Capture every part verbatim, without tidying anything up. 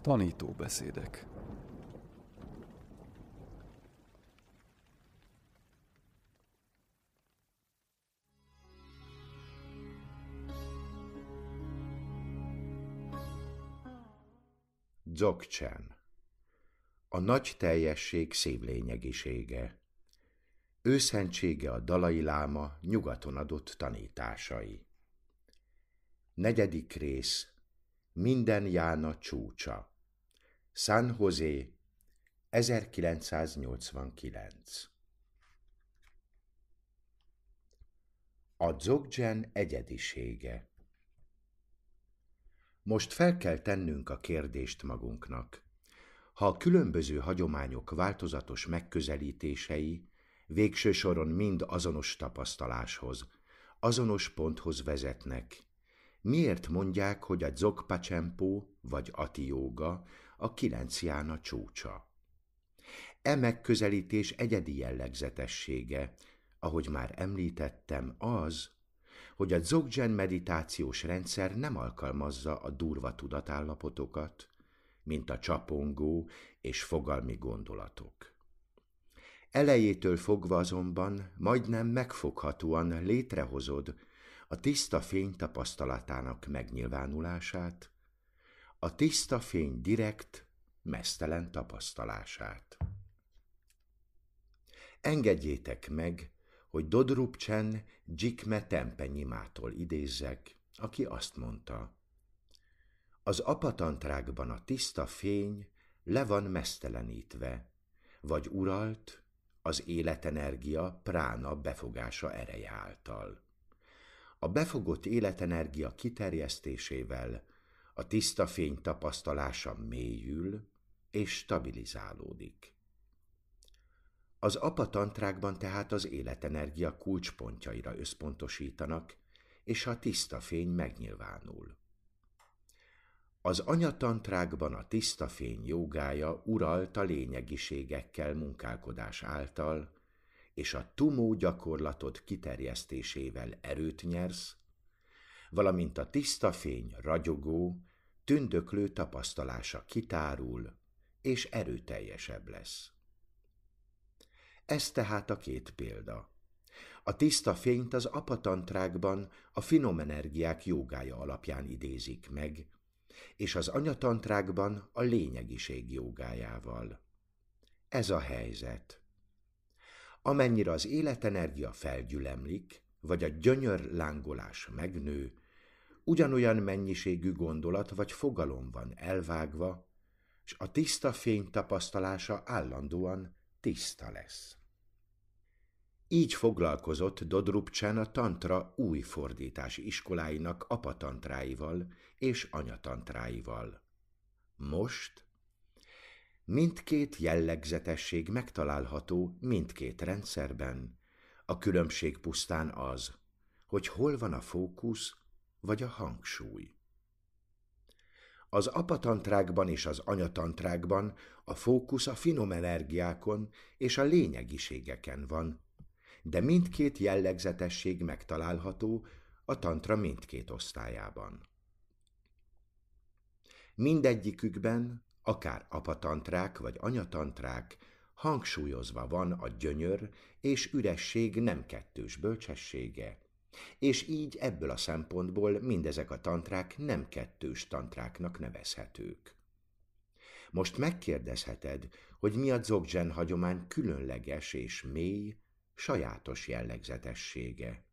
Tanítóbeszédek. Dzogchen, a nagy teljesség szívlényegisége. Őszentsége a Dalai Láma nyugaton adott tanításai. Negyedik rész. Minden jána csúcsa. San José, ezerkilencszáznyolcvankilenc. A Dzogchen egyedisége. Most fel kell tennünk a kérdést magunknak. Ha a különböző hagyományok változatos megközelítései végső soron mind azonos tapasztaláshoz, azonos ponthoz vezetnek, miért mondják, hogy a Dzogpa Csempo vagy Ati jóga a kilenc jána csúcsa? E megközelítés egyedi jellegzetessége, ahogy már említettem, az, hogy a Dzogchen meditációs rendszer nem alkalmazza a durva tudatállapotokat, mint a csapongó és fogalmi gondolatok. Elejétől fogva azonban majdnem megfoghatóan létrehozod a tiszta fény tapasztalatának megnyilvánulását, a tiszta fény direkt, meztelen tapasztalását. Engedjétek meg, hogy Dodrupchen Jigme Tempenyimától idézzek, aki azt mondta: az apatantrákban a tiszta fény le van meztelenítve, vagy uralt az életenergia prána befogása ereje által. A befogott életenergia kiterjesztésével a tiszta fény tapasztalása mélyül és stabilizálódik. Az apatantrákban tehát az életenergia kulcspontjaira összpontosítanak, és a tiszta fény megnyilvánul. Az anyatantrákban a tiszta fény jógája uralt a lényegiségekkel munkálkodás által, és a tumó gyakorlatod kiterjesztésével erőt nyersz, valamint a tiszta fény ragyogó, tündöklő tapasztalása kitárul, és erőteljesebb lesz. Ez tehát a két példa. A tiszta fényt az apatantrákban a finom energiák jógája alapján idézik meg, és az anyatantrákban a lényegiség jógájával. Ez a helyzet. Amennyire az életenergia felgyülemlik, vagy a gyönyörlángolás megnő, ugyanolyan mennyiségű gondolat vagy fogalom van elvágva, s a tiszta fény tapasztalása állandóan tiszta lesz. Így foglalkozott Dodrupchen a tantra új fordítási iskoláinak apatantráival és anyatantráival. Most mindkét jellegzetesség megtalálható mindkét rendszerben, a különbség pusztán az, hogy hol van a fókusz vagy a hangsúly. Az apatantrákban és az anyatantrákban a fókusz a finom energiákon és a lényegiségeken van, de mindkét jellegzetesség megtalálható a tantra mindkét osztályában. Mindegyikükben, akár apatantrák vagy anyatantrák, hangsúlyozva van a gyönyör és üresség nem kettős bölcsessége, és így ebből a szempontból mindezek a tantrák nem kettős tantráknak nevezhetők. Most megkérdezheted, hogy mi a Dzogchen hagyomány különleges és mély, sajátos jellegzetessége.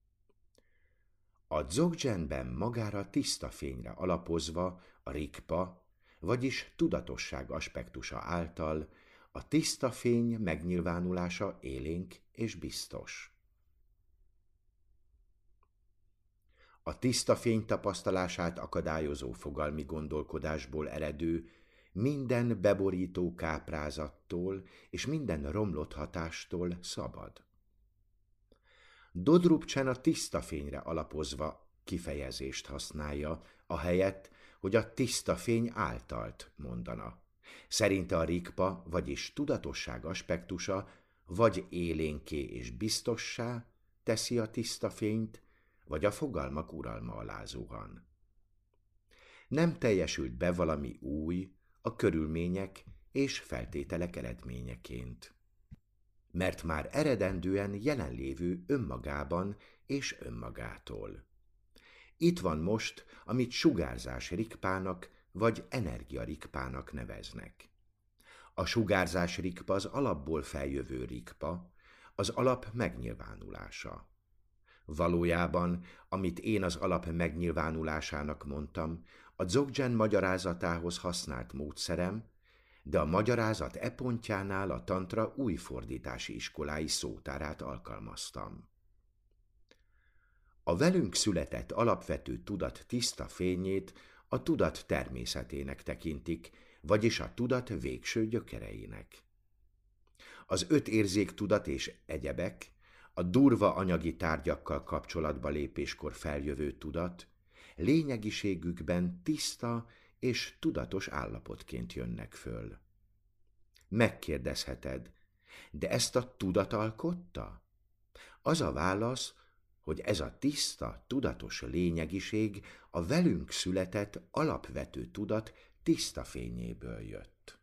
A Dzogchenben magára tiszta fényre alapozva a rikpa, vagyis tudatosság aspektusa által a tiszta fény megnyilvánulása élénk és biztos. A tiszta fény tapasztalását akadályozó fogalmi gondolkodásból eredő minden beborító káprázattól és minden romlott hatástól szabad. Dodrupchen a tiszta fényre alapozva kifejezést használja, ahelyett, hogy a tiszta fény általt mondana. Szerinte a rikpa, vagyis tudatosság aspektusa vagy élénké és biztossá teszi a tiszta fényt, vagy a fogalmak uralma alá zuhan. Nem teljesült be valami új, a körülmények és feltételek eredményeként. Mert már eredendően jelenlévő önmagában és önmagától. Itt van most, amit sugárzás rikpának vagy energiarikpának neveznek. A sugárzás rikpa az alapból feljövő rikpa, az alap megnyilvánulása. Valójában, amit én az alap megnyilvánulásának mondtam, a Dzogchen magyarázatához használt módszerem, de a magyarázat e pontjánál a tantra új fordítási iskolái szótárát alkalmaztam. A velünk született alapvető tudat tiszta fényét a tudat természetének tekintik, vagyis a tudat végső gyökereinek. Az öt érzéktudat és egyebek, a durva anyagi tárgyakkal kapcsolatba lépéskor feljövő tudat, lényegiségükben tiszta és tudatos állapotként jönnek föl. Megkérdezheted, de ezt a tudat alkotta? Az a válasz, hogy ez a tiszta, tudatos lényegiség a velünk született alapvető tudat tiszta fényéből jött.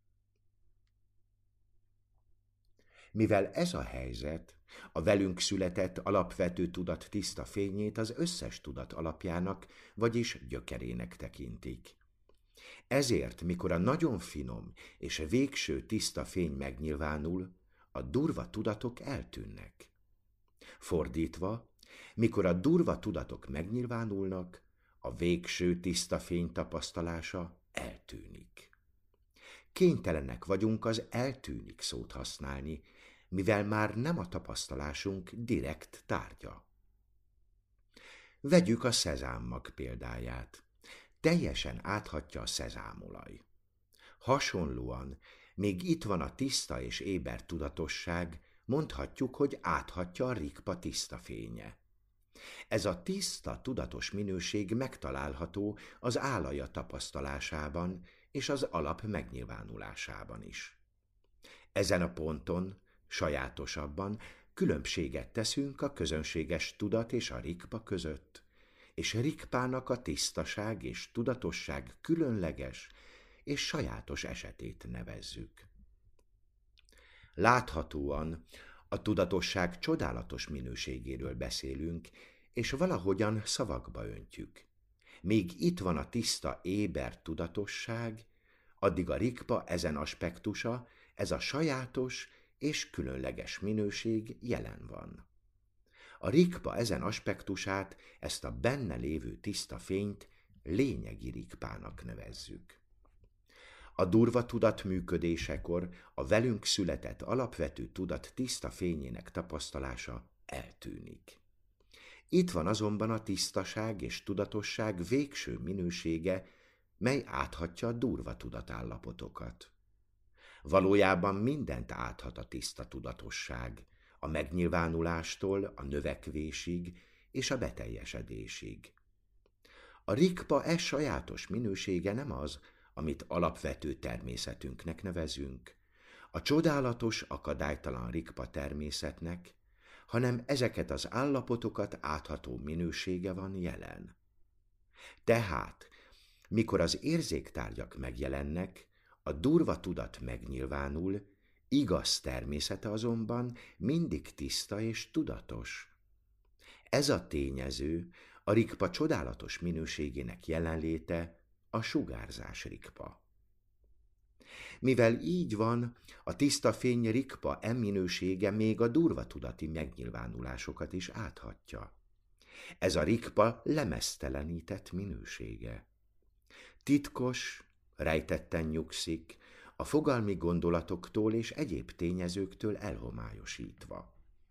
Mivel ez a helyzet, a velünk született alapvető tudat tiszta fényét az összes tudat alapjának, vagyis gyökerének tekintik. Ezért, mikor a nagyon finom és végső tiszta fény megnyilvánul, a durva tudatok eltűnnek. Fordítva, mikor a durva tudatok megnyilvánulnak, a végső tiszta fény tapasztalása eltűnik. Kénytelenek vagyunk az eltűnik szót használni, mivel már nem a tapasztalásunk direkt tárgya. Vegyük a szezámmag példáját. Teljesen áthatja a szezámolaj. Hasonlóan, még itt van a tiszta és éber tudatosság, mondhatjuk, hogy áthatja a rikpa tiszta fénye. Ez a tiszta, tudatos minőség megtalálható az álaja tapasztalásában és az alap megnyilvánulásában is. Ezen a ponton, sajátosabban különbséget teszünk a közönséges tudat és a rikpa között, és rikpának a tisztaság és tudatosság különleges és sajátos esetét nevezzük. Láthatóan a tudatosság csodálatos minőségéről beszélünk, és valahogyan szavakba öntjük. Míg itt van a tiszta éber tudatosság, addig a rikpa ezen aspektusa, ez a sajátos és különleges minőség jelen van. A rikpa ezen aspektusát, ezt a benne lévő tiszta fényt lényegi rikpának nevezzük. A durva tudat működésekor a velünk született alapvető tudat tiszta fényének tapasztalása eltűnik. Itt van azonban a tisztaság és tudatosság végső minősége, mely áthatja a durva tudatállapotokat. Valójában mindent áthat a tiszta tudatosság, a megnyilvánulástól a növekvésig és a beteljesedésig. A rikpa e sajátos minősége nem az, amit alapvető természetünknek nevezünk, a csodálatos, akadálytalan rikpa természetnek, hanem ezeket az állapotokat átható minősége van jelen. Tehát, mikor az érzéktárgyak megjelennek, a durva tudat megnyilvánul, igaz természete azonban mindig tiszta és tudatos. Ez a tényező, a rikpa csodálatos minőségének jelenléte, a sugárzás rikpa. Mivel így van, a tiszta fény rikpa e minősége még a durva tudati megnyilvánulásokat is áthatja. Ez a rikpa lemeztelenített minősége. Titkos, rejtetten nyugszik, a fogalmi gondolatoktól és egyéb tényezőktől elhomályosítva.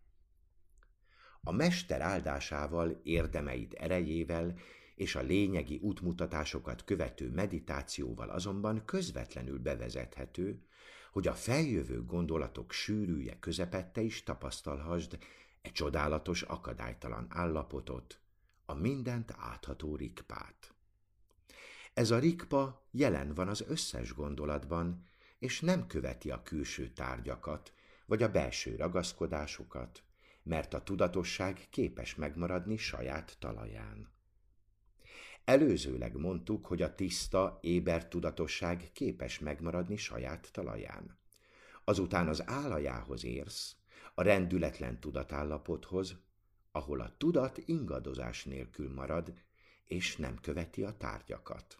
A mester áldásával, érdemeid erejével és a lényegi útmutatásokat követő meditációval azonban közvetlenül bevezethető, hogy a feljövő gondolatok sűrűje közepette is tapasztalhasd e csodálatos, akadálytalan állapotot, a mindent átható rikpát. Ez a rikpa jelen van az összes gondolatban, és nem követi a külső tárgyakat, vagy a belső ragaszkodásokat, mert a tudatosság képes megmaradni saját talaján. Előzőleg mondtuk, hogy a tiszta, éber tudatosság képes megmaradni saját talaján. Azután az állajához érsz, a rendületlen tudatállapothoz, ahol a tudat ingadozás nélkül marad, és nem követi a tárgyakat.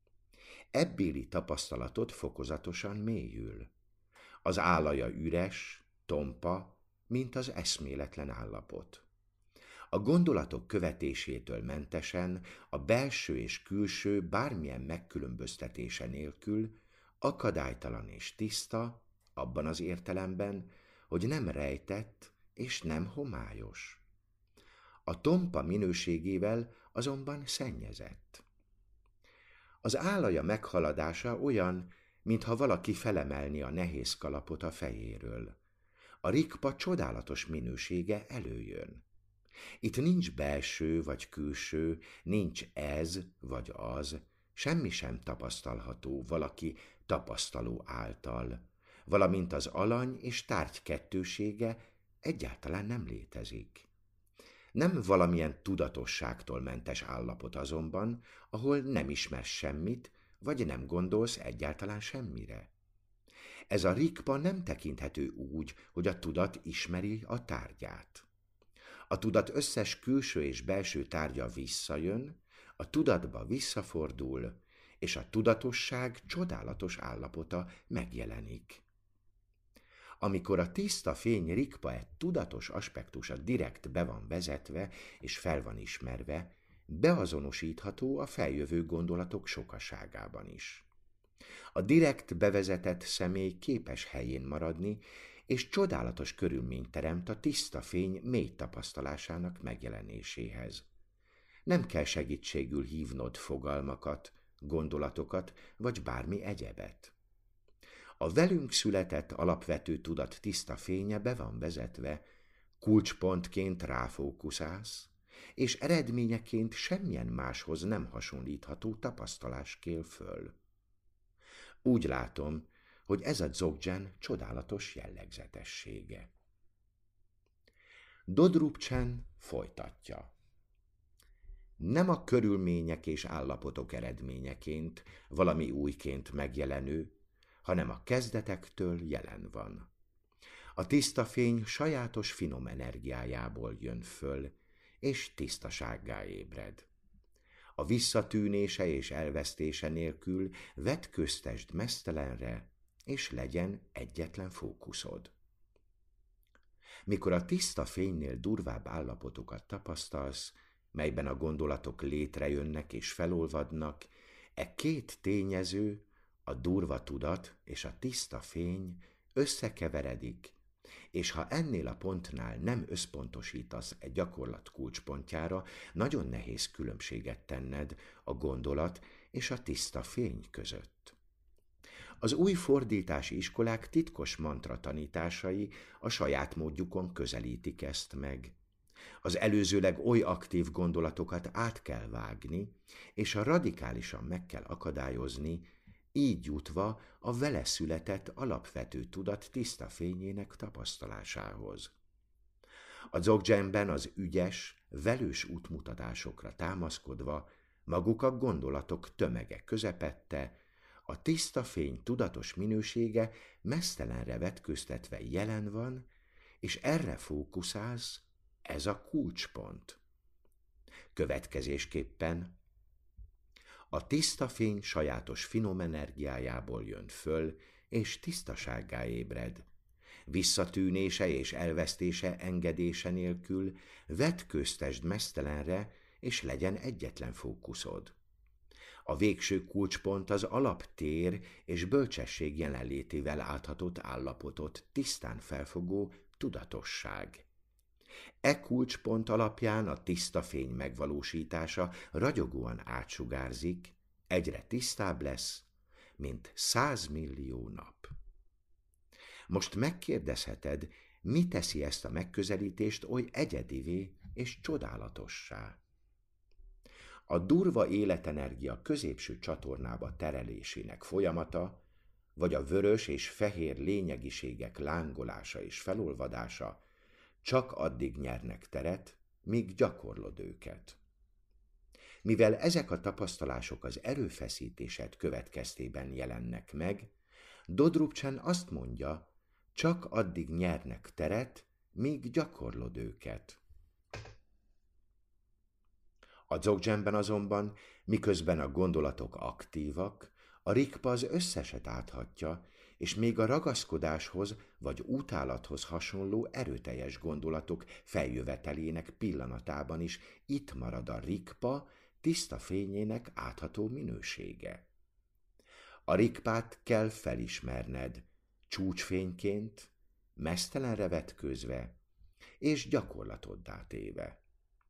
Ebbéli tapasztalatod fokozatosan mélyül. Az állaja üres, tompa, mint az eszméletlen állapot. A gondolatok követésétől mentesen, a belső és külső bármilyen megkülönböztetése nélkül, akadálytalan és tiszta, abban az értelemben, hogy nem rejtett és nem homályos. A tompa minőségével azonban szennyezett. Az állaja meghaladása olyan, mintha valaki felemelni a nehéz kalapot a fejéről. A rikpa csodálatos minősége előjön. Itt nincs belső vagy külső, nincs ez vagy az, semmi sem tapasztalható valaki tapasztaló által, valamint az alany és tárgy kettősége egyáltalán nem létezik. Nem valamilyen tudatosságtól mentes állapot azonban, ahol nem ismersz semmit, vagy nem gondolsz egyáltalán semmire. Ez a rikpa nem tekinthető úgy, hogy a tudat ismeri a tárgyát. A tudat összes külső és belső tárgya visszajön, a tudatba visszafordul, és a tudatosság csodálatos állapota megjelenik. Amikor a tiszta fény rikpa egy tudatos aspektusa direkt be van vezetve és fel van ismerve, beazonosítható a feljövő gondolatok sokaságában is. A direkt bevezetett személy képes helyén maradni, és csodálatos körülményt teremt a tiszta fény mély tapasztalásának megjelenéséhez. Nem kell segítségül hívnod fogalmakat, gondolatokat, vagy bármi egyebet. A velünk született alapvető tudat tiszta fénye be van vezetve, kulcspontként ráfókuszálsz, és eredményeként semmilyen máshoz nem hasonlítható tapasztalás kél föl. Úgy látom, hogy ez a dzogchen csodálatos jellegzetessége. Dodrupchen folytatja. Nem a körülmények és állapotok eredményeként, valami újként megjelenő, hanem a kezdetektől jelen van. A tiszta fény sajátos finom energiájából jön föl, és tisztasággá ébred. A visszatűnése és elvesztése nélkül vetköztesd meztelenre, és legyen egyetlen fókuszod. Mikor a tiszta fénynél durvább állapotokat tapasztalsz, melyben a gondolatok létrejönnek és felolvadnak, e két tényező, a durva tudat és a tiszta fény összekeveredik, és ha ennél a pontnál nem összpontosítasz egy gyakorlat kulcspontjára, nagyon nehéz különbséget tenned a gondolat és a tiszta fény között. Az új fordítási iskolák titkos mantra tanításai a saját módjukon közelítik ezt meg. Az előzőleg oly aktív gondolatokat át kell vágni, és a radikálisan meg kell akadályozni, így jutva a vele született alapvető tudat tiszta fényének tapasztalásához. A dzogchenben az ügyes, velős útmutatásokra támaszkodva maguk a gondolatok tömege közepette, a tiszta fény tudatos minősége meztelenre vetköztetve jelen van, és erre fókuszálsz, ez a kulcspont. Következésképpen a tiszta fény sajátos finom energiájából jön föl, és tisztasággá ébred. Visszatűnése és elvesztése engedése nélkül vetköztesd meztelenre, és legyen egyetlen fókuszod. A végső kulcspont az alaptér és bölcsesség jelenlétével áthatott állapotot tisztán felfogó tudatosság. E kulcspont alapján a tiszta fény megvalósítása ragyogóan átsugárzik, egyre tisztább lesz, mint százmillió nap. Most megkérdezheted, mi teszi ezt a megközelítést oly egyedivé és csodálatossá. A durva életenergia középső csatornába terelésének folyamata, vagy a vörös és fehér lényegiségek lángolása és felolvadása csak addig nyernek teret, míg gyakorlod őket. Mivel ezek a tapasztalások az erőfeszítésed következtében jelennek meg, Dodrupcsen azt mondja, csak addig nyernek teret, míg gyakorlod őket. A dzogcsenben azonban, miközben a gondolatok aktívak, a rikpa az összeset áthatja, és még a ragaszkodáshoz vagy utálathoz hasonló erőteljes gondolatok feljövetelének pillanatában is itt marad a rikpa tiszta fényének átható minősége. A rikpát kell felismerned, csúcsfényként, meztelenre vetkőzve és gyakorlatoddá téve.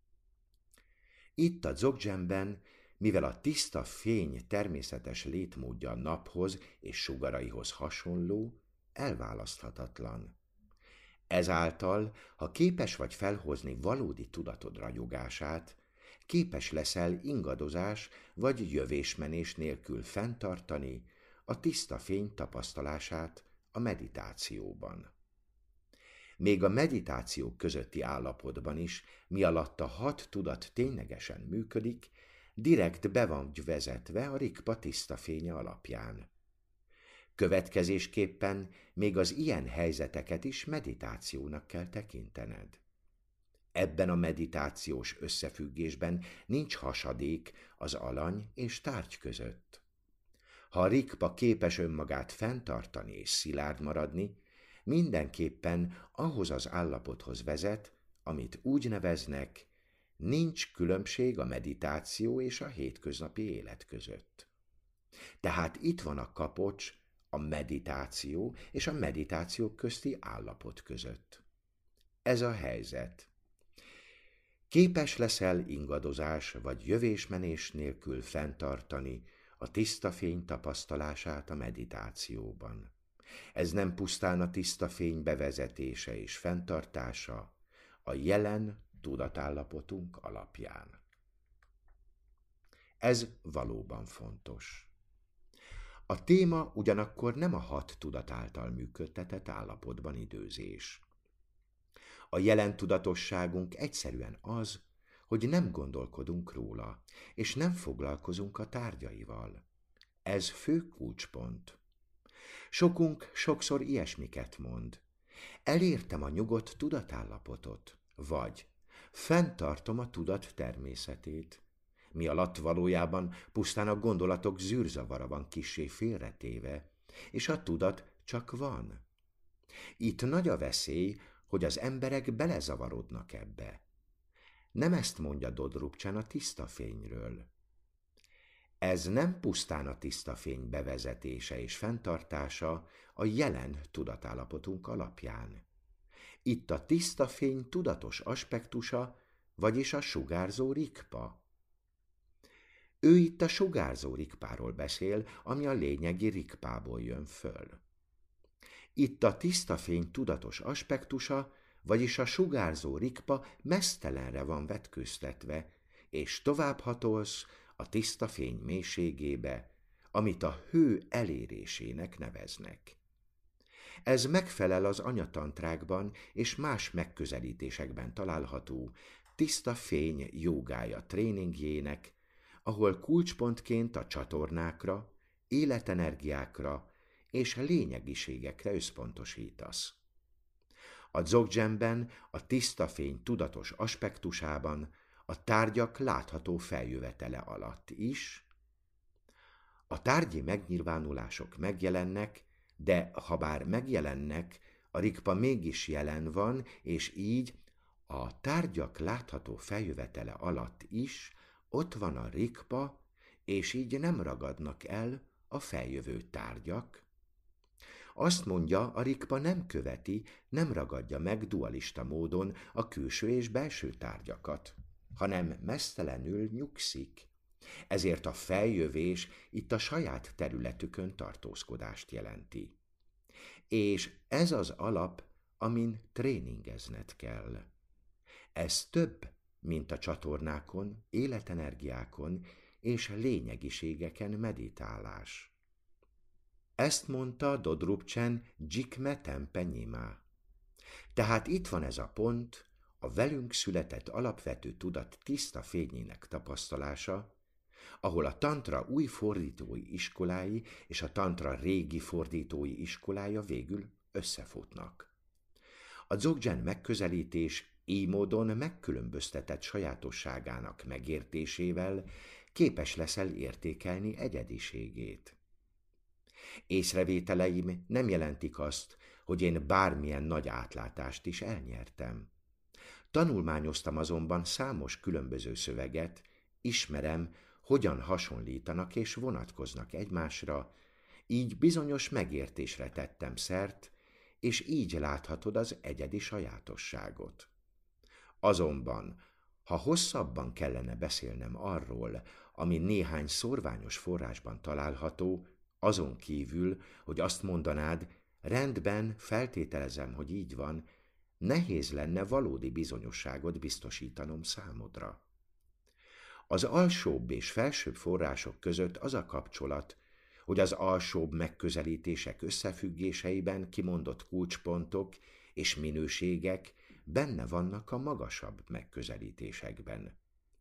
Itt a dzogcsenben, mivel a tiszta fény természetes létmódja a naphoz és sugaraihoz hasonló, elválaszthatatlan. Ezáltal, ha képes vagy felhozni valódi tudatod ragyogását, képes leszel ingadozás vagy jövésmenés nélkül fenntartani a tiszta fény tapasztalását a meditációban. Még a meditációk közötti állapotban is, mi alatt a hat tudat ténylegesen működik, direkt be van vezetve a rikpa tiszta fénye alapján. Következésképpen még az ilyen helyzeteket is meditációnak kell tekintened. Ebben a meditációs összefüggésben nincs hasadék az alany és tárgy között. Ha a rikpa képes önmagát fenntartani és szilárd maradni, mindenképpen ahhoz az állapothoz vezet, amit úgy neveznek, nincs különbség a meditáció és a hétköznapi élet között. Tehát itt van a kapocs a meditáció és a meditáció közti állapot között. Ez a helyzet. Képes leszel ingadozás vagy jövésmenés nélkül fenntartani a tiszta fény tapasztalását a meditációban. Ez nem pusztán a tiszta fény bevezetése és fenntartása a jelen tudatállapotunk alapján. Ez valóban fontos. A téma ugyanakkor nem a hat tudat által működtetett állapotban időzés. A jelen tudatosságunk egyszerűen az, hogy nem gondolkodunk róla, és nem foglalkozunk a tárgyaival. Ez fő kulcspont. Sokunk sokszor ilyesmiket mond. Elértem a nyugodt tudatállapotot, vagy fenntartom a tudat természetét, mi alatt valójában pusztán a gondolatok zűrzavara van kissé félretéve, és a tudat csak van. Itt nagy a veszély, hogy az emberek belezavarodnak ebbe. Nem ezt mondja Dodrupcsen a tiszta fényről. Ez nem pusztán a tiszta fény bevezetése és fenntartása a jelen tudatállapotunk alapján. Itt a tiszta fény tudatos aspektusa, vagyis a sugárzó rikpa. Ő itt a sugárzó rikpáról beszél, ami a lényegi rikpából jön föl. Itt a tiszta fény tudatos aspektusa, vagyis a sugárzó rikpa meztelenre van vetkőztetve, és továbbhatolsz a tiszta fény mélységébe, amit a hő elérésének neveznek. Ez megfelel az anyatantrákban és más megközelítésekben található tiszta fény jógája tréningjének, ahol kulcspontként a csatornákra, életenergiákra és lényegiségekre összpontosítasz. A dzogcsenben a tiszta fény tudatos aspektusában a tárgyak látható feljövetele alatt is. A tárgyi megnyilvánulások megjelennek, de ha bár megjelennek, a rikpa mégis jelen van, és így a tárgyak látható feljövetele alatt is ott van a rikpa, és így nem ragadnak el a feljövő tárgyak. Azt mondja, a rikpa nem követi, nem ragadja meg dualista módon a külső és belső tárgyakat, hanem meztelenül nyugszik. Ezért a feljövés itt a saját területükön tartózkodást jelenti. És ez az alap, amin tréningezned kell. Ez több, mint a csatornákon, életenergiákon és lényegiségeken meditálás. Ezt mondta Dodrupcsen Jigme Tempe Nyima. Tehát itt van ez a pont, a velünk született alapvető tudat tiszta fényének tapasztalása, ahol a tantra új fordítói iskolái és a tantra régi fordítói iskolája végül összefutnak. A dzogchen megközelítés így módon megkülönböztetett sajátosságának megértésével képes leszel értékelni egyediségét. Észrevételeim nem jelentik azt, hogy én bármilyen nagy átlátást is elnyertem. Tanulmányoztam azonban számos különböző szöveget, ismerem, hogyan hasonlítanak és vonatkoznak egymásra, így bizonyos megértésre tettem szert, és így láthatod az egyedi sajátosságot. Azonban, ha hosszabban kellene beszélnem arról, ami néhány szorványos forrásban található, azon kívül, hogy azt mondanád, rendben, feltételezem, hogy így van, nehéz lenne valódi bizonyosságot biztosítanom számodra. Az alsóbb és felsőbb források között az a kapcsolat, hogy az alsóbb megközelítések összefüggéseiben kimondott kulcspontok és minőségek benne vannak a magasabb megközelítésekben.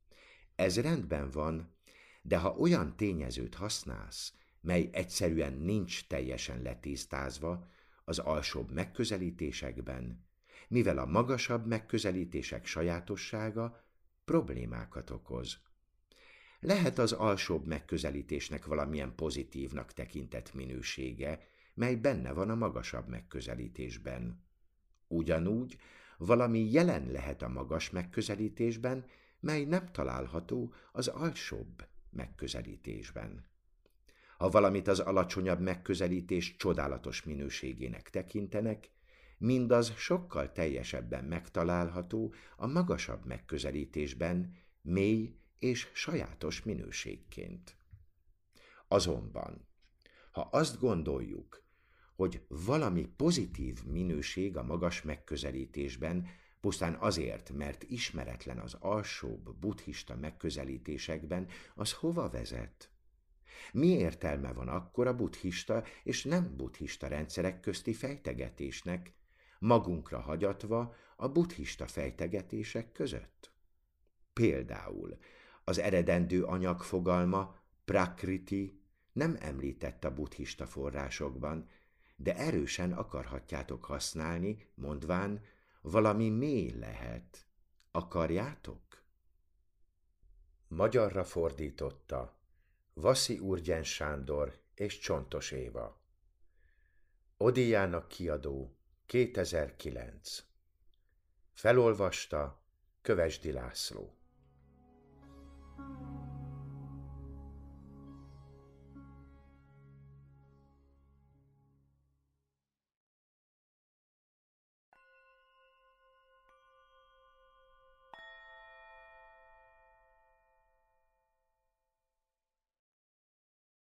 Ez rendben van, de ha olyan tényezőt használsz, mely egyszerűen nincs teljesen letisztázva az alsóbb megközelítésekben, mivel a magasabb megközelítések sajátossága problémákat okoz. Lehet az alsóbb megközelítésnek valamilyen pozitívnak tekintett minősége, mely benne van a magasabb megközelítésben. Ugyanúgy valami jelen lehet a magas megközelítésben, mely nem található az alsóbb megközelítésben. Ha valamit az alacsonyabb megközelítés csodálatos minőségének tekintenek, mindaz sokkal teljesebben megtalálható a magasabb megközelítésben, mély és sajátos minőségként. Azonban, ha azt gondoljuk, hogy valami pozitív minőség a magas megközelítésben, pusztán azért, mert ismeretlen az alsóbb buddhista megközelítésekben, az hova vezet? Mi értelme van akkor a buddhista és nem buddhista rendszerek közti fejtegetésnek, magunkra hagyatva a buddhista fejtegetések között? Például az eredendő anyag fogalma, prakriti, nem említett a buddhista forrásokban, de erősen akarhatjátok használni, mondván, valami mély lehet. Akarjátok? Magyarra fordította Vaszi Urgyen Sándor és Csontos Éva. Odiának kiadó, kétezer-kilenc. Felolvasta Kövesdi László.